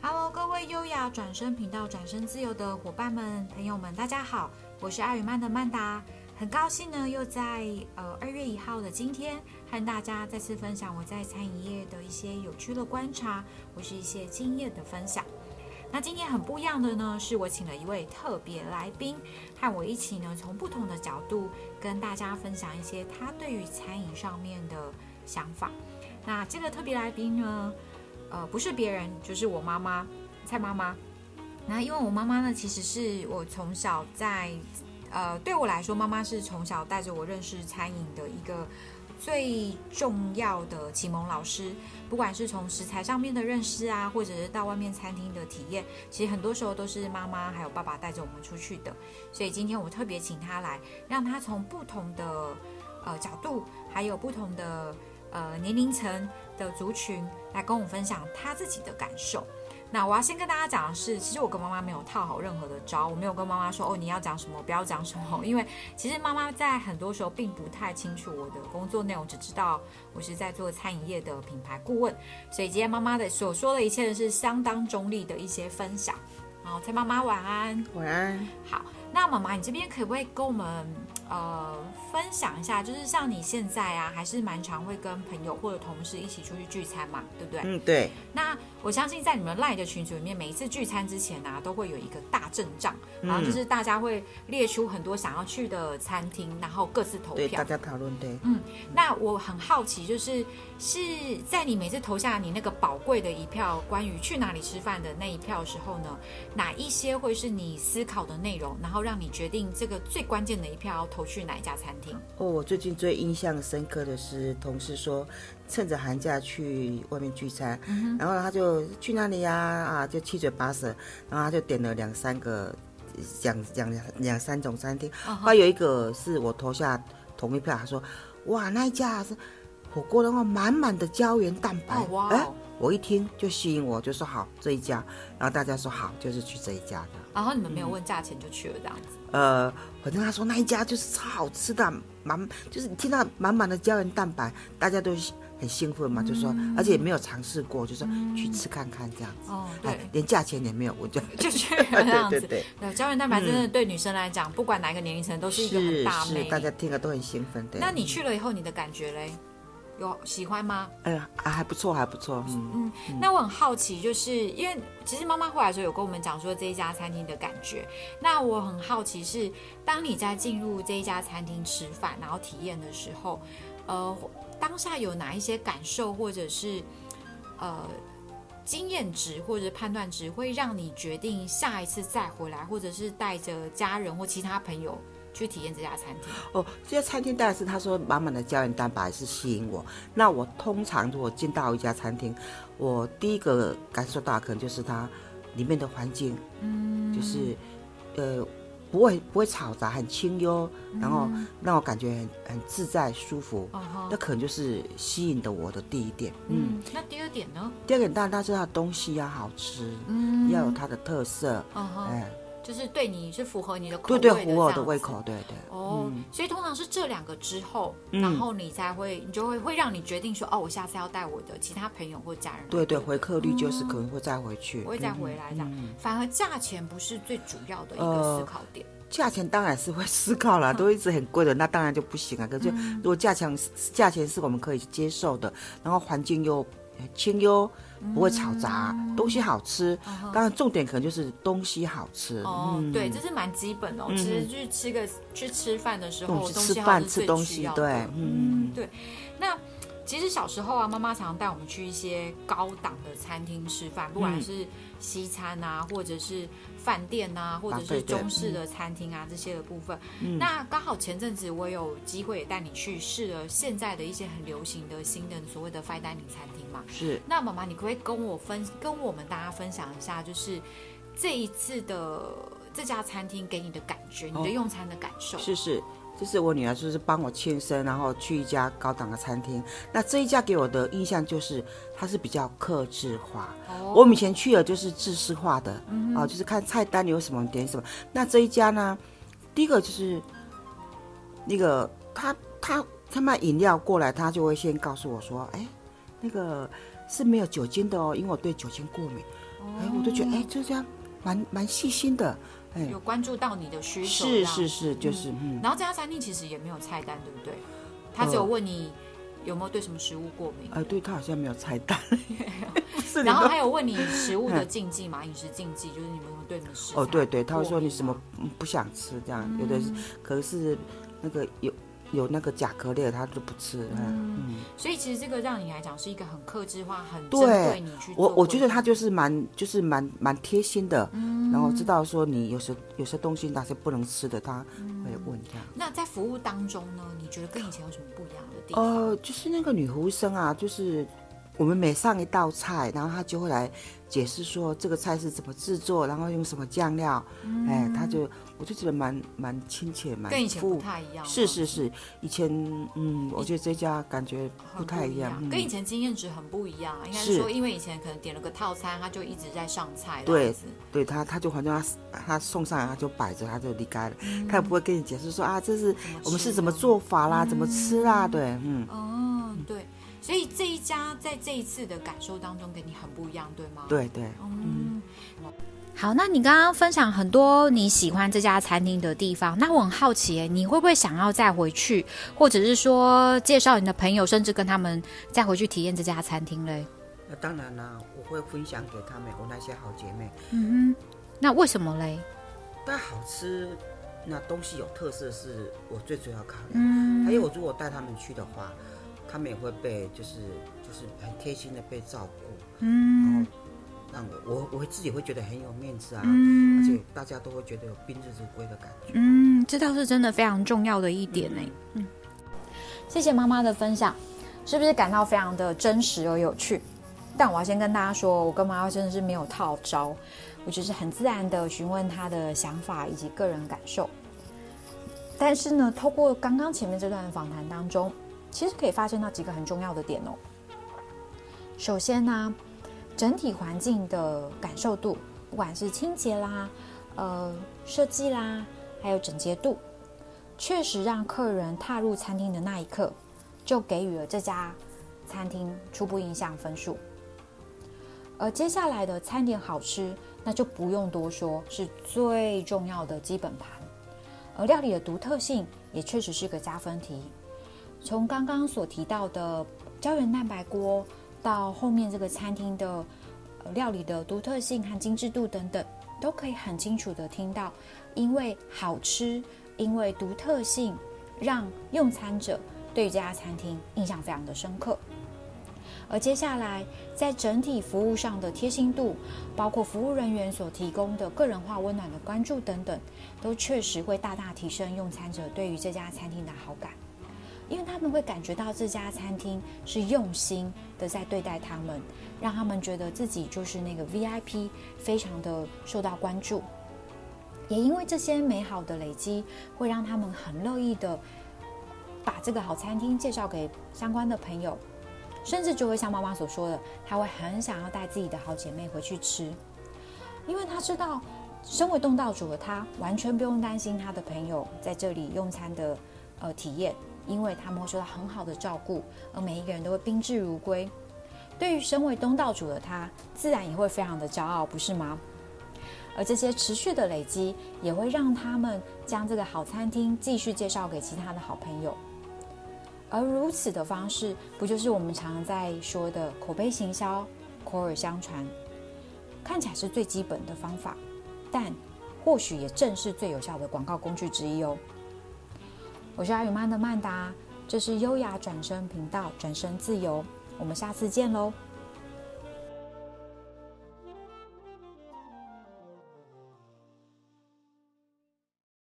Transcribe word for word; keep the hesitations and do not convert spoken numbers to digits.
Hello， 各位优雅转身频道转身自由的伙伴们、朋友们，大家好，我是阿语曼的曼达，很高兴呢，又在呃二月一号的今天和大家再次分享我在餐饮业的一些有趣的观察，或是一些经验的分享。那今天很不一样的呢，是我请了一位特别来宾，和我一起呢，从不同的角度跟大家分享一些他对于餐饮上面的想法。那这个特别来宾呢，呃，不是别人，就是我妈妈，蔡妈妈。那因为我妈妈呢，其实是我从小在，呃，对我来说，妈妈是从小带着我认识餐饮的一个最重要的启蒙老师。不管是从食材上面的认识啊，或者是到外面餐厅的体验，其实很多时候都是妈妈还有爸爸带着我们出去的。所以今天我特别请他来，让他从不同的呃角度，还有不同的呃年龄层的族群来跟我分享他自己的感受。那我要先跟大家讲的是，其实我跟妈妈没有套好任何的招，我没有跟妈妈说哦你要讲什么不要讲什么，因为其实妈妈在很多时候并不太清楚我的工作内容，只知道我是在做餐饮业的品牌顾问，所以今天妈妈的所说的一切是相当中立的一些分享。好，蔡妈妈晚安。 晚安。 好，那妈妈你这边可不可以跟我们呃分享一下，就是像你现在啊，还是蛮常会跟朋友或者同事一起出去聚餐嘛，对不对？ 嗯，对。 那我相信在你们 LINE 的群组里面，每一次聚餐之前啊，都会有一个大阵仗， 嗯、 然后就是大家会列出很多想要去的餐厅，然后各自投票， 对，大家讨论。对， 嗯，那我很好奇，就是是在你每次投下你那个宝贵的一票，关于去哪里吃饭的那一票的时候呢，哪一些会是你思考的内容，然后让你决定这个最关键的一票要投去哪一家餐厅？ 哦，我最近最印象深刻的是同事说，趁着寒假去外面聚餐，嗯、然后他就去哪里呀、啊？啊，就七嘴八舌，然后他就点了两三个，两两两三种餐厅，还、uh-huh. 有一个是我投下同一票，他说，哇，那一家是火锅的话，满满的胶原蛋白， 哦哇、 哎，我一听就吸引我，就说好这一家，然后大家说好，就是去这一家的。 然后你们没有问价钱就去了这样子？ 嗯、呃，反正他说那一家就是超好吃的，满就是听到满满的胶原蛋白，大家都很兴奋嘛，就说，嗯、而且也没有尝试过，就说、嗯、去吃看看这样子。 哦，对， 连价钱也没有，我就就去了这样子。 对对对对，胶原蛋白真的对女生来讲，嗯、不管哪一个年龄层都是一个很大魅力， 是是，大家听了都很兴奋。对。 那你去了以后，你的感觉嘞？有喜欢吗？ 哎呀，啊，还不错，还不错。嗯嗯，那我很好奇，就是因为其实妈妈后来的时候有跟我们讲说这一家餐厅的感觉。那我很好奇是，当你在进入这一家餐厅吃饭，然后体验的时候，呃，当下有哪一些感受，或者是呃经验值或者判断值，会让你决定下一次再回来，或者是带着家人或其他朋友去体验这家餐厅？ 哦，这家餐厅当然是他说满满的胶原蛋白是吸引我。那我通常如果进到一家餐厅，我第一个感受到可能就是它里面的环境，嗯，就是呃不会不会嘈杂，很清幽，然后让我感觉很很自在舒服。那、嗯、可能就是吸引的我的第一点。 嗯，那第二点呢？ 第二点当然它是它的东西要好吃，嗯，要有它的特色， 嗯哎。就是对你是符合你的口味的，对对，符合我的胃口，对对。 哦、嗯，所以通常是这两个之后，嗯、然后你才会，你就会会让你决定说，哦，我下次要带我的其他朋友或家人。 对对，回客率就是可能会再回去， 我、嗯、会再回来这样、嗯。反而价钱不是最主要的一个思考点。 呃、价钱当然是会思考啦，嗯、都一直很贵的，那当然就不行啊。可是如果价钱价钱是我们可以接受的，然后环境又清幽。不会嘈杂、嗯，东西好吃。嗯、当然，重点可能就是东西好吃。 哦，嗯、对，这是蛮基本的、哦。嗯、其实去吃个去吃饭的时候，嗯、东西好是最需要的。 对，嗯， 对。那其实小时候啊，妈妈常常带我们去一些高档的餐厅吃饭，不管是西餐啊，或者是饭店啊，或者是中式的餐厅啊、嗯、这些的部分。嗯、那刚好前阵子我有机会也带你去试了现在的一些很流行的新的所谓的 fine dining 餐厅嘛。 是。 那妈妈，你可不可以跟我分跟我们大家分享一下，就是这一次的这家餐厅给你的感觉，你的用餐的感受？ 哦、是是。就是我女儿就是帮我庆生，然后去一家高档的餐厅。那这一家给我的印象就是它是比较客制化。哦、我们以前去了就是制式化的，嗯、啊，就是看菜单有什么点什么。那这一家呢，第一个就是那个他他他卖饮料过来，他就会先告诉我说，哎，那个是没有酒精的哦，因为我对酒精过敏。 哎，我都觉得哎，这家蛮蛮细心的，哎， 有关注到你的需求。 是是是，就是。 嗯。然后这家餐厅其实也没有菜单，对不对？他只有问你有没有对什么食物过敏。 呃，对，他好像没有菜单。 然后还有问你食物的禁忌嘛，饮食禁忌，就是你们有没有对什么食材。 哦，对对，他会说你什么不想吃这样，有的可是那个有。有那个甲壳类他就不吃。嗯， 嗯，所以其实这个让你来讲是一个很客制化、很针对你去做。 我我觉得他就是蛮就是蛮蛮贴心的，嗯，然后知道说你有些有些东西哪些不能吃的，他会问这样。 那在服务当中呢，你觉得跟以前有什么不一样的地方？ 呃，就是那个女服务生啊，就是我们每上一道菜，然后她就会来解释说这个菜是怎么制作，然后用什么酱料，嗯，哎，她就。我就觉得蛮蛮亲切，蛮跟以前不太一样。 是是是，以前嗯，我觉得这家感觉不太一样， 一样嗯、跟以前经验值很不一样。应该是说，因为以前可能点了个套餐，他就一直在上菜。 对，对他他就反正他他送上来他就摆着，他就离开了，嗯、他也不会跟你解释说啊，这是我们是怎么做法啦，嗯、怎么吃啦，对，嗯。 哦，对，所以这一家在这一次的感受当中给你很不一样，对吗？ 对对， 嗯。嗯好，那你刚刚分享很多你喜欢这家餐厅的地方，那我很好奇耶，你会不会想要再回去，或者是说介绍你的朋友，甚至跟他们再回去体验这家餐厅嘞？ 那当然啦，我会分享给他们，我那些好姐妹。 嗯哼，那为什么嘞？ 但好吃，那东西有特色是我最主要考虑。嗯，还有我如果带他们去的话，他们也会被就是就是很贴心的被照顾。嗯，然后。让我我我会自己会觉得很有面子啊，嗯、而且大家都会觉得有宾至如归的感觉。 嗯，这倒是真的非常重要的一点呢。嗯，嗯谢谢妈妈的分享，是不是感到非常的真实而有趣？但我要先跟大家说，我跟妈妈真的是没有套招，我只是很自然的询问她的想法以及个人感受。但是呢，透过刚刚前面这段访谈当中，其实可以发现到几个很重要的点哦。首先呢。整体环境的感受度，不管是清洁啦、呃设计啦，还有整洁度，确实让客人踏入餐厅的那一刻，就给予了这家餐厅初步印象分数。而接下来的餐点好吃，那就不用多说，是最重要的基本盘。而料理的独特性也确实是个加分题。从刚刚所提到的胶原蛋白锅。到后面这个餐厅的、呃、料理的独特性和精致度等等，都可以很清楚的听到，因为好吃，因为独特性，让用餐者对于这家餐厅印象非常的深刻。而接下来在整体服务上的贴心度，包括服务人员所提供的个人化温暖的关注等等，都确实会大大提升用餐者对于这家餐厅的好感。因为他们会感觉到这家餐厅是用心的在对待他们，让他们觉得自己就是那个 V I P， 非常的受到关注。也因为这些美好的累积，会让他们很乐意的把这个好餐厅介绍给相关的朋友，甚至就会像妈妈所说的，他会很想要带自己的好姐妹回去吃，因为他知道身为东道主的他，完全不用担心他的朋友在这里用餐的呃体验。因为他们会受到很好的照顾，而每一个人都会宾至如归。对于身为东道主的他，自然也会非常的骄傲，不是吗？而这些持续的累积，也会让他们将这个好餐厅继续介绍给其他的好朋友。而如此的方式，不就是我们常常在说的口碑行销、口耳相传？看起来是最基本的方法，但或许也正是最有效的广告工具之一哦。我是阿语曼的曼达，这是优雅转身频道，转身自由，我们下次见喽。